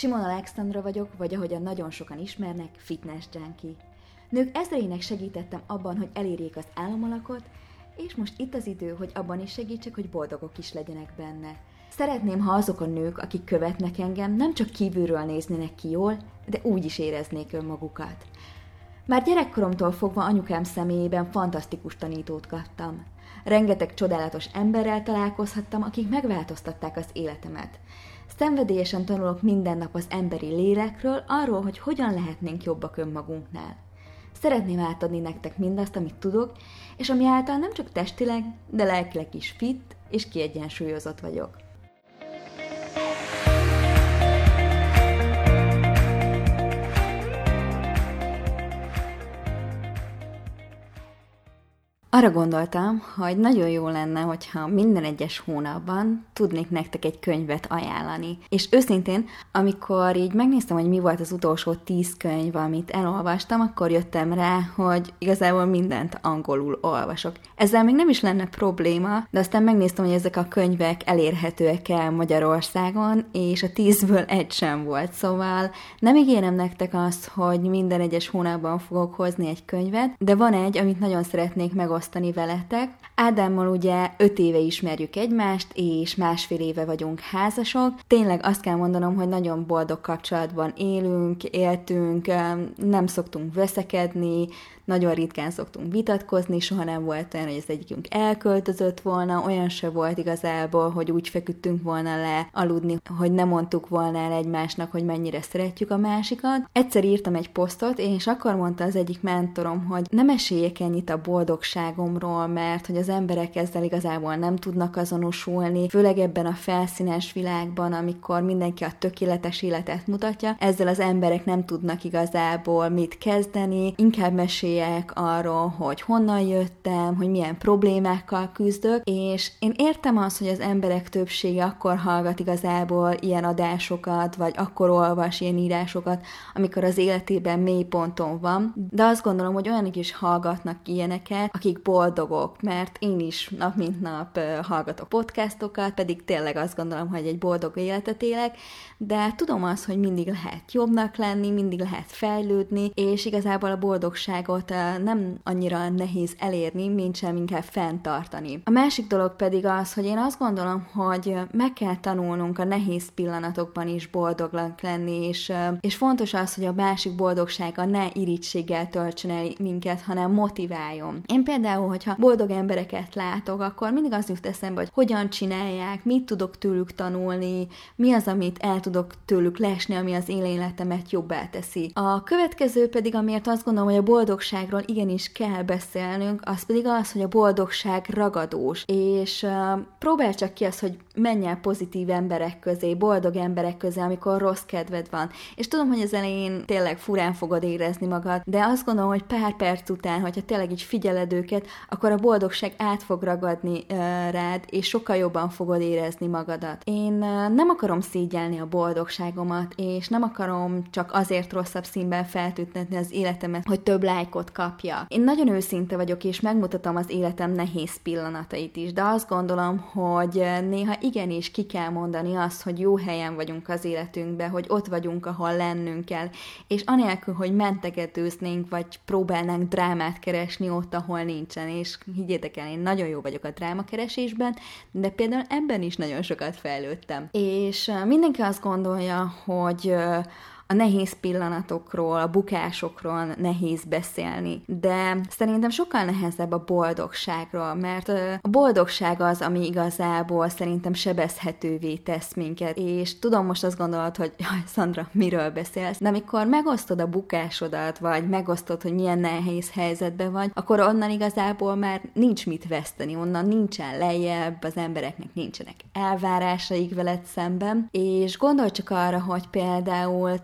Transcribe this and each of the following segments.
Simon Alexandra vagyok, vagy ahogyan nagyon sokan ismernek, fitness junkie. Nők ezreinek segítettem abban, hogy elérjék az álomalakot, és most itt az idő, hogy abban is segítsek, hogy boldogok is legyenek benne. Szeretném, ha azok a nők, akik követnek engem, nem csak kívülről néznének ki jól, de úgy is éreznék önmagukat. Már gyerekkoromtól fogva anyukám személyében fantasztikus tanítót kaptam. Rengeteg csodálatos emberrel találkozhattam, akik megváltoztatták az életemet. Szenvedélyesen tanulok minden nap az emberi lélekről, arról, hogy hogyan lehetnénk jobbak önmagunknál. Szeretném átadni nektek mindazt, amit tudok, és ami által nem csak testileg, de lelkileg is fit és kiegyensúlyozott vagyok. Arra gondoltam, hogy nagyon jó lenne, hogyha minden egyes hónapban tudnék nektek egy könyvet ajánlani. És őszintén, amikor így megnéztem, hogy mi volt az utolsó 10 könyv, amit elolvastam, akkor jöttem rá, hogy igazából mindent angolul olvasok. Ezzel még nem is lenne probléma, de aztán megnéztem, hogy ezek a könyvek elérhetőek-e Magyarországon, és a 10-ből egy sem volt. Szóval nem ígérem nektek azt, hogy minden egyes hónapban fogok hozni egy könyvet, de van egy, amit nagyon szeretnék megosztani veletek. Ádámmal ugye 5 éve ismerjük egymást, és 1,5 éve vagyunk házasok. Tényleg azt kell mondanom, hogy nagyon boldog kapcsolatban éltünk, nem szoktunk veszekedni, nagyon ritkán szoktunk vitatkozni, soha nem volt olyan, hogy az egyikünk elköltözött volna, olyan se volt igazából, hogy úgy feküdtünk volna le aludni, hogy nem mondtuk volna el egymásnak, hogy mennyire szeretjük a másikat. Egyszer írtam egy posztot, és akkor mondta az egyik mentorom, hogy nem meséljek ennyit a boldogságomról, mert hogy az emberek ezzel igazából nem tudnak azonosulni, főleg ebben a felszínes világban, amikor mindenki a tökéletes életet mutatja, ezzel az emberek nem tudnak igazából mit kezdeni, inkább meséljek arról, hogy honnan jöttem, hogy milyen problémákkal küzdök, és én értem azt, hogy az emberek többsége akkor hallgat igazából ilyen adásokat, vagy akkor olvas ilyen írásokat, amikor az életében mélyponton van, de azt gondolom, hogy olyanok is hallgatnak ilyeneket, akik boldogok, mert én is nap mint nap hallgatok podcastokat, pedig tényleg azt gondolom, hogy egy boldog életet élek, de tudom azt, hogy mindig lehet jobbnak lenni, mindig lehet fejlődni, és igazából a boldogságot nem annyira nehéz elérni, mint sem inkább fenntartani. A másik dolog pedig az, hogy én azt gondolom, hogy meg kell tanulnunk a nehéz pillanatokban is boldognak lenni, és fontos az, hogy a másik boldogsága ne irítséggel töltsön el minket, hanem motiváljon. Én például, hogyha boldog embereket látok, akkor mindig az jut eszembe, hogy hogyan csinálják, mit tudok tőlük tanulni, mi az, amit el tudok tőlük lesni, ami az én életemet jobbá teszi. A következő pedig, amiért azt gondolom, hogy a boldogságról igenis kell beszélnünk, az pedig az, hogy a boldogság ragadós, és próbálj csak ki azt, hogy menj el pozitív emberek közé, boldog emberek közé, amikor rossz kedved van. És tudom, hogy az elején tényleg furán fogod érezni magad, de azt gondolom, hogy pár perc után, hogyha tényleg így figyeled őket, akkor a boldogság át fog ragadni rád, és sokkal jobban fogod érezni magadat. Én nem akarom szégyelni a boldogságomat, és nem akarom csak azért rosszabb színben feltüntetni az életemet, hogy több lájkot kapja. Én nagyon őszinte vagyok, és megmutatom az életem nehéz pillanatait is, de azt gondolom, hogy néha igenis ki kell mondani azt, hogy jó helyen vagyunk az életünkben, hogy ott vagyunk, ahol lennünk kell, és anélkül, hogy mentegetőznénk, vagy próbálnánk drámát keresni ott, ahol nincsen, és higgyétek el, én nagyon jó vagyok a drámakeresésben, de például ebben is nagyon sokat fejlődtem. És mindenki azt gondolja, hogy a nehéz pillanatokról, a bukásokról nehéz beszélni, de szerintem sokkal nehezebb a boldogságról, mert a boldogság az, ami igazából szerintem sebezhetővé tesz minket, és tudom, most azt gondolod, hogy jaj, Szandra, miről beszélsz, de amikor megosztod a bukásodat, vagy megosztod, hogy milyen nehéz helyzetben vagy, akkor onnan igazából már nincs mit veszteni, onnan nincsen lejjebb, az embereknek nincsenek elvárásaik veled szemben, és gondolj csak arra, hogy például te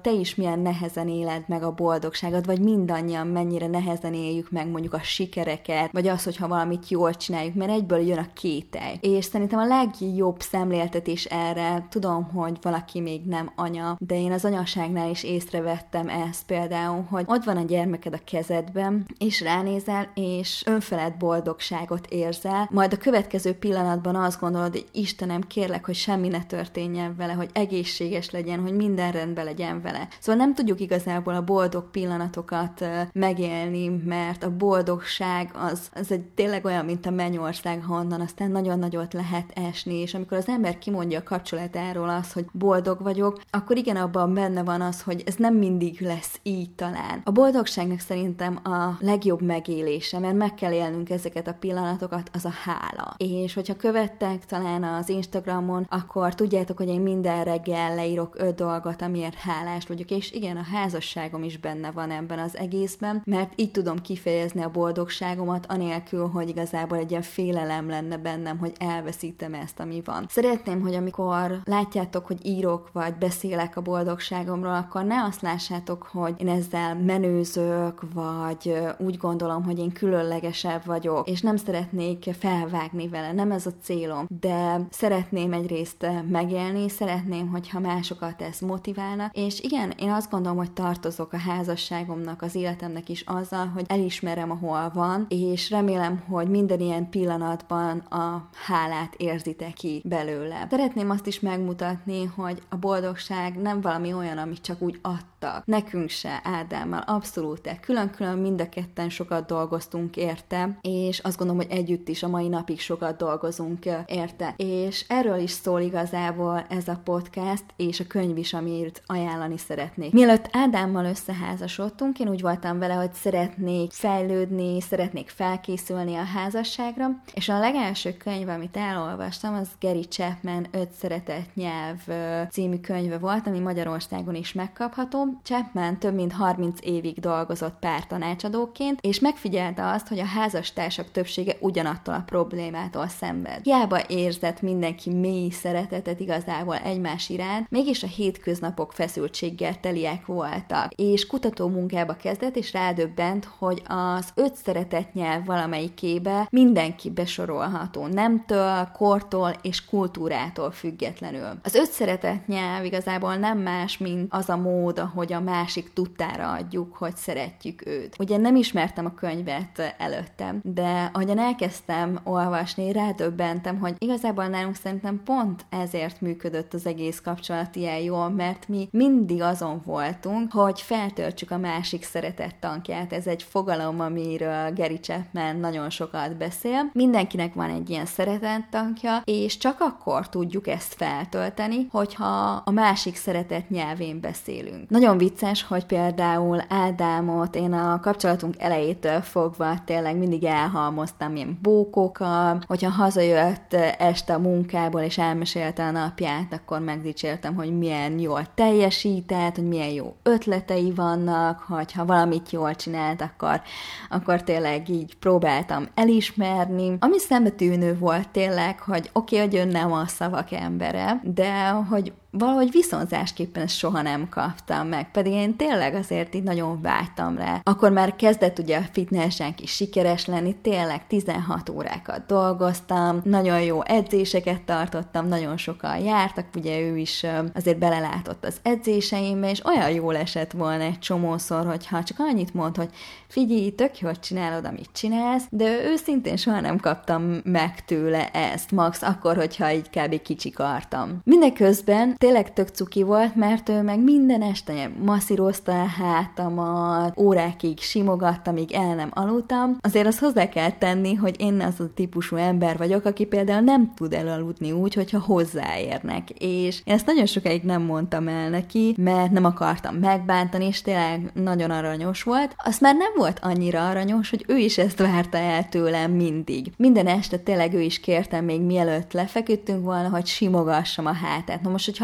te is milyen nehezen éled meg a boldogságot, vagy mindannyian mennyire nehezen éljük meg mondjuk a sikereket, vagy az, hogyha valamit jól csináljuk, mert egyből jön a kételj. És szerintem a legjobb szemléltetés erre, tudom, hogy valaki még nem anya, de én az anyaságnál is észrevettem ezt például, hogy ott van a gyermeked a kezedben, és ránézel, és önfelett boldogságot érzel, majd a következő pillanatban azt gondolod, hogy Istenem, kérlek, hogy semmi ne történjen vele, hogy egészséges legyen, hogy minden rendben legyen vele. Szóval nem tudjuk igazából a boldog pillanatokat megélni, mert a boldogság az egy tényleg olyan, mint a mennyország, honnan aztán nagyon nagyot lehet esni, és amikor az ember kimondja a kapcsolatáról azt, hogy boldog vagyok, akkor igen, abban benne van az, hogy ez nem mindig lesz így talán. A boldogságnak szerintem a legjobb megélése, mert meg kell élnünk ezeket a pillanatokat, az a hála. És hogyha követtek talán az Instagramon, akkor tudjátok, hogy én minden reggel leírok 5 dolgot, amiért hálás vagyok, és igen, a házasságom is benne van ebben az egészben, mert így tudom kifejezni a boldogságomat, anélkül, hogy igazából egy ilyen félelem lenne bennem, hogy elveszítem ezt, ami van. Szeretném, hogy amikor látjátok, hogy írok, vagy beszélek a boldogságomról, akkor ne azt lássátok, hogy én ezzel menőzök, vagy úgy gondolom, hogy én különlegesebb vagyok, és nem szeretnék felvágni vele, nem ez a célom, de szeretném egyrészt megélni, szeretném, hogyha másokat ez motiválna, és igen, én azt gondolom, hogy tartozok a házasságomnak, az életemnek is azzal, hogy elismerem, ahol van, és remélem, hogy minden ilyen pillanatban a hálát érzitek ki belőle. Szeretném azt is megmutatni, hogy a boldogság nem valami olyan, amit csak úgy adtak. Nekünk se, Ádámmal, abszolút. Külön-külön mind a ketten sokat dolgoztunk érte, és azt gondolom, hogy együtt is a mai napig sokat dolgozunk érte. És erről is szól igazából ez a podcast, és a könyv is, amit ajánlani szeretnék. Mielőtt Ádámmal összeházasodtunk, én úgy voltam vele, hogy szeretnék fejlődni, szeretnék felkészülni a házasságra, és a legelső könyv, amit elolvastam, az Gary Chapman 5 szeretett nyelv című könyve volt, ami Magyarországon is megkapható. Chapman több mint 30 évig dolgozott pártanácsadóként, és megfigyelte azt, hogy a házastársak többsége ugyanattól a problémától szenved. Hiába érzett mindenki mély szeretetet igazából egymás iránt, mégis a hétköznapok feszültséggel teliek voltak. És kutató munkába kezdett, és rádöbbent, hogy az 5 szeretett nyelv valamelyikébe mindenki besorolható, nemtől, kortól és kultúrától függetlenül. Az 5 szeretett nyelv igazából nem más, mint az a mód, ahogy a másik tudtára adjuk, hogy szeretjük őt. Ugye nem ismertem a könyvet előttem, de ahogyan elkezdtem olvasni, rádöbbentem, hogy igazából nálunk szerintem pont ezért működött az egész kapcsolat ilyen jól, mert mi mindig azon voltunk, hogy feltöltsük a másik szeretett tankját. Ez egy fogalom, amiről Gary Chapman nagyon sokat beszél. Mindenkinek van egy ilyen szeretett tankja, és csak akkor tudjuk ezt feltölteni, hogyha a másik szeretett nyelvén beszélünk. Nagyon vicces, hogy például Ádámot én a kapcsolatunk elejétől fogva tényleg mindig elhalmoztam ilyen bókokkal, hogyha hazajött este a munkából és elmesélte a napját, akkor megdicsértem, hogy milyen jól teljesített, hogy milyen jó ötletei vannak, hogyha valamit jól csinált, akkor tényleg így próbáltam elismerni. Ami szembetűnő volt tényleg, hogy oké, hogy ön nem a szavak embere, de hogy valahogy viszonzásképpen ezt soha nem kaptam meg, pedig én tényleg azért így nagyon vágytam rá. Akkor már kezdett ugye a fitnessenk is sikeres lenni, tényleg 16 órákat dolgoztam, nagyon jó edzéseket tartottam, nagyon sokan jártak, ugye ő is azért belelátott az edzéseimbe, és olyan jól esett volna egy csomószor, hogyha csak annyit mond, hogy figyelj, tök jól csinálod, amit csinálsz, de őszintén soha nem kaptam meg tőle ezt, max akkor, hogyha így kb. Kicsikartam. Mindeközben tényleg tök cuki volt, mert ő meg minden este masszírozta a hátamat, órákig simogatta, míg el nem aludtam. Azért azt hozzá kell tenni, hogy én az a típusú ember vagyok, aki például nem tud elaludni úgy, hogyha hozzáérnek. És én ezt nagyon sokáig nem mondtam el neki, mert nem akartam megbántani, és tényleg nagyon aranyos volt. Azt már nem volt annyira aranyos, hogy ő is ezt várta el tőlem mindig. Minden este tényleg ő is kértem még mielőtt lefeküdtünk volna, hogy simogassam a hátát. Na most, hogyha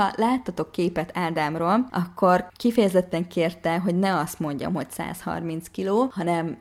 hogyha láttatok képet Ádámról, akkor kifejezetten kérte, hogy ne azt mondjam, hogy 130 kiló, hanem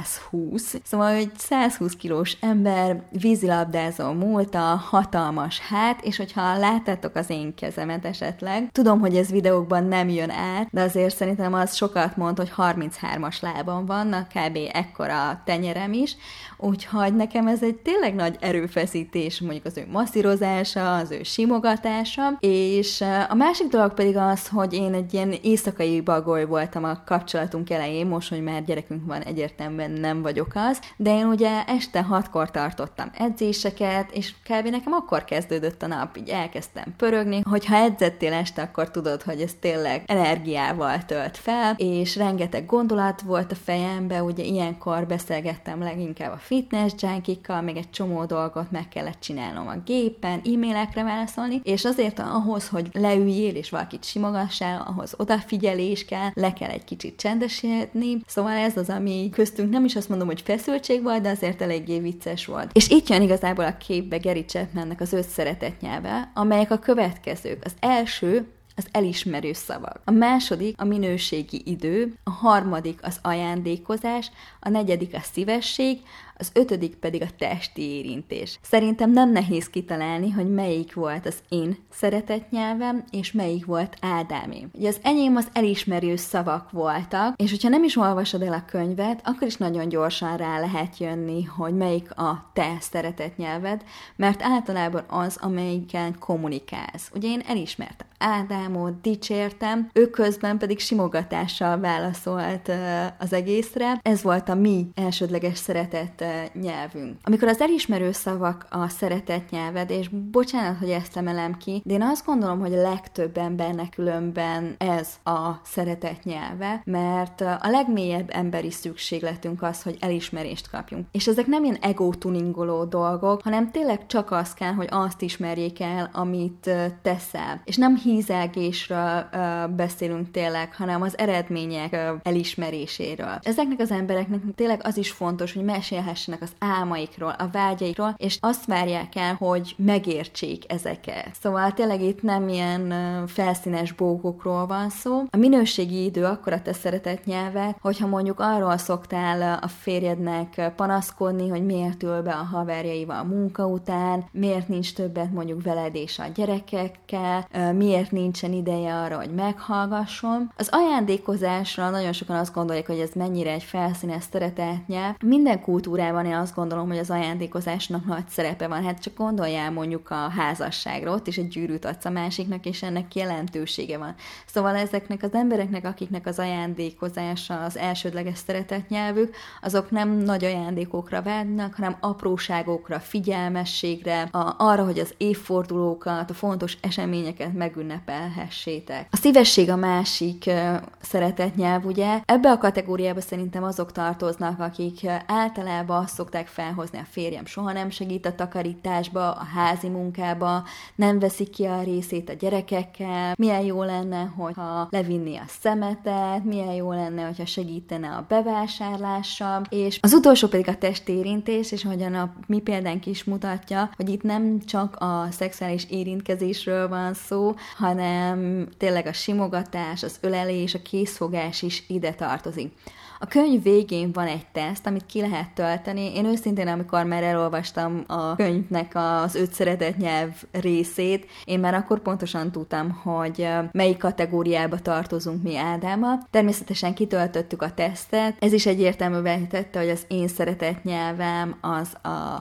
120. Szóval, hogy 120 kilós ember, vízilabdázó múlta, hatalmas hát, és hogyha láttátok az én kezemet esetleg, tudom, hogy ez videókban nem jön át, de azért szerintem az sokat mond, hogy 33-as lábam vannak, kb. Ekkora a tenyerem is, úgyhogy nekem ez egy tényleg nagy erőfeszítés, mondjuk az ő masszírozása, az ő simogatása, és a másik dolog pedig az, hogy én egy ilyen éjszakai bagoly voltam a kapcsolatunk elején, most, hogy már gyerekünk van, egyértelműen nem vagyok az, de én ugye este 6-kor tartottam edzéseket, és kb. Nekem akkor kezdődött a nap, így elkezdtem pörögni, hogyha edzettél este, akkor tudod, hogy ez tényleg energiával tölt fel, és rengeteg gondolat volt a fejembe, ugye ilyenkor beszélgettem leginkább a fitness junkikkal, még egy csomó dolgot meg kellett csinálnom a gépen, e-mailekre válaszolni, és azért ahhoz, hogy leüljél és valakit simogassál, ahhoz odafigyelés kell, le kell egy kicsit csendesedni, szóval ez az, ami köztünk nem is azt mondom, hogy feszültség volt, de azért eléggé vicces volt. És itt jön igazából a képbe Gary Chapmannek az 5 szeretetnyelve, amelyek a következők. Az első az elismerő szavak. A második a minőségi idő, a harmadik az ajándékozás, a negyedik a szívesség, az 5. pedig a testi érintés. Szerintem nem nehéz kitalálni, hogy melyik volt az én szeretetnyelvem, és melyik volt Ádámé. Ugye az enyém az elismerő szavak voltak, és hogyha nem is olvasod el a könyvet, akkor is nagyon gyorsan rá lehet jönni, hogy melyik a te szeretetnyelved, mert általában az, amelyiken kommunikálsz. Ugye én elismertem Ádámot, dicsértem, ő közben pedig simogatással válaszolt az egészre. Ez volt a mi elsődleges szeretet nyelvünk. Amikor az elismerő szavak a szeretet nyelved, és bocsánat, hogy ezt emelem ki, de én azt gondolom, hogy a legtöbb embernek különben ez a szeretet nyelve, mert a legmélyebb emberi szükségletünk az, hogy elismerést kapjunk. És ezek nem ilyen ego-tuningoló dolgok, hanem tényleg csak az kell, hogy azt ismerjék el, amit teszel. És nem hízelgésről beszélünk tényleg, hanem az eredmények elismeréséről. Ezeknek az embereknek tényleg az is fontos, hogy mesélhessenek az álmaikról, a vágyaikról, és azt várják el, hogy megértsék ezeket. Szóval tényleg itt nem ilyen felszínes bókokról van szó. A minőségi idő akkor a te szeretett nyelved, hogyha mondjuk arról szoktál a férjednek panaszkodni, hogy miért ül be a haverjaival munka után, miért nincs többet mondjuk veled és a gyerekekkel, miért nincsen ideje arra, hogy meghallgasson. Az ajándékozásra nagyon sokan azt gondolják, hogy ez mennyire egy felszínes szeretetnyelv. Minden kultúrában én azt gondolom, hogy az ajándékozásnak nagy szerepe van. Hát csak gondoljál mondjuk a házasságra, ott is egy gyűrűt adsz a másiknak, és ennek jelentősége van. Szóval ezeknek az embereknek, akiknek az ajándékozása az elsődleges szeretetnyelvük, azok nem nagy ajándékokra vágynak, hanem apróságokra, figyelmességre, arra, hogy az évfordulókat, a fontos eseményeket megünnepelhessétek. A szívesség a másik szeretetnyelv, ugye? Ebbe a kategóriába szerintem azok tartoznak, akik általában azt szokták felhozni, a férjem soha nem segít a takarításba, a házi munkába, nem veszik ki a részét a gyerekekkel, milyen jó lenne, hogyha levinni a szemetet, milyen jó lenne, hogyha segítene a bevásárlással, és az utolsó pedig a testérintés, és ahogyan a mi példánk is mutatja, hogy itt nem csak a szexuális érintkezésről van szó, hanem tényleg a simogatás, az ölelés, a készfogás is ide tartozik. A könyv végén van egy teszt, amit ki lehet tölteni. Én őszintén, amikor már elolvastam a könyvnek az 5 szeretetnyelv részét, én már akkor pontosan tudtam, hogy melyik kategóriába tartozunk mi Ádámmal. Természetesen kitöltöttük a tesztet. Ez is egyértelművé tette, hogy az én szeretetnyelvem az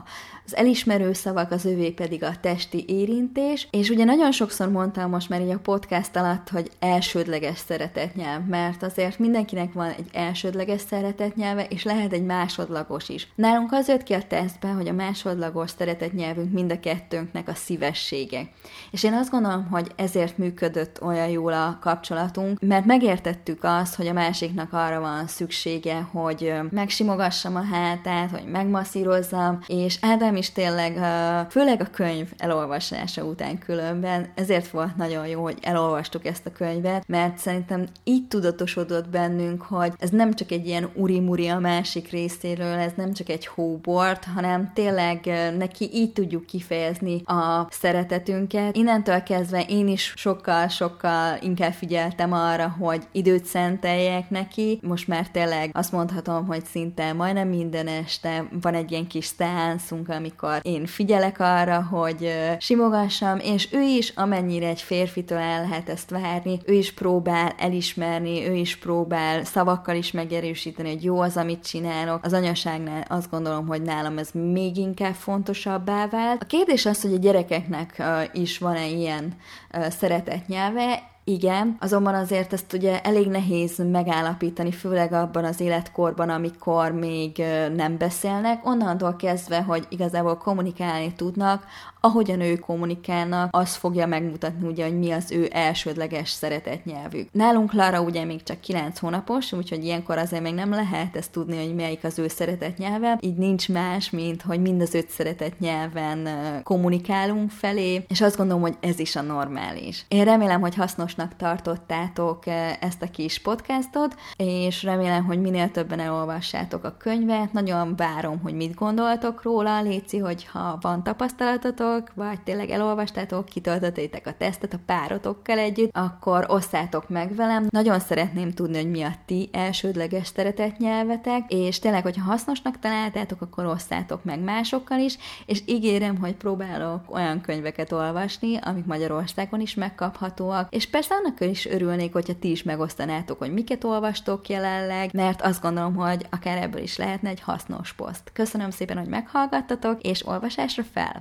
az elismerő szavak, az övé pedig a testi érintés, és ugye nagyon sokszor mondtam most már így a podcast alatt, hogy elsődleges szeretetnyelv, mert azért mindenkinek van egy elsődleges szeretetnyelve, és lehet egy másodlagos is. Nálunk az jött ki a tesztben, hogy a másodlagos szeretetnyelvünk mind a kettőnknek a szívessége. És én azt gondolom, hogy ezért működött olyan jól a kapcsolatunk, mert megértettük azt, hogy a másiknak arra van szüksége, hogy megsimogassam a hátát, hogy megmasszírozzam, és Ádám is tényleg, főleg a könyv elolvasása után különben, ezért volt nagyon jó, hogy elolvastuk ezt a könyvet, mert szerintem így tudatosodott bennünk, hogy ez nem csak egy ilyen uri-muri a másik részéről, ez nem csak egy hóbort, hanem tényleg neki így tudjuk kifejezni a szeretetünket. Innentől kezdve én is sokkal inkább figyeltem arra, hogy időt szenteljek neki. Most már tényleg azt mondhatom, hogy szinte majdnem minden este van egy ilyen kis szeánszunk, amikor én figyelek arra, hogy simogassam, és ő is, amennyire egy férfitől el lehet ezt várni, ő is próbál elismerni, ő is próbál szavakkal is megerősíteni, hogy jó az, amit csinálok. Az anyaságnál azt gondolom, hogy nálam ez még inkább fontosabbá vált. A kérdés az, hogy a gyerekeknek is van-e ilyen szeretetnyelve. Igen, azonban azért ezt ugye elég nehéz megállapítani, főleg abban az életkorban, amikor még nem beszélnek, onnantól kezdve, hogy igazából kommunikálni tudnak, ahogyan ők kommunikálnak, az fogja megmutatni ugye, hogy mi az ő elsődleges szeretetnyelvük. Nálunk Lara ugye még csak 9 hónapos, úgyhogy ilyenkor azért még nem lehet ezt tudni, hogy melyik az ő szeretetnyelve, így nincs más, mint hogy mind az 5 szeretetnyelven kommunikálunk felé, és azt gondolom, hogy ez is a normális. Én remélem, hogy hasznosnak tartottátok ezt a kis podcastot, és remélem, hogy minél többen elolvassátok a könyvet. Nagyon várom, hogy mit gondoltok róla, léci, hogyha van tapasztalatotok, vagy tényleg elolvastátok, kitöltöttétek a tesztet a párotokkal együtt, akkor osszátok meg velem. Nagyon szeretném tudni, hogy mi a ti elsődleges szeretetnyelvetek, és tényleg, hogyha hasznosnak találtátok, akkor osszátok meg másokkal is, és ígérem, hogy próbálok olyan könyveket olvasni, amik Magyarországon is megkaphatóak, és persze annak is örülnék, hogyha ti is megosztanátok, hogy miket olvastok jelenleg, mert azt gondolom, hogy akár ebből is lehetne egy hasznos poszt. Köszönöm szépen, hogy meghallgattatok, és olvasásra fel!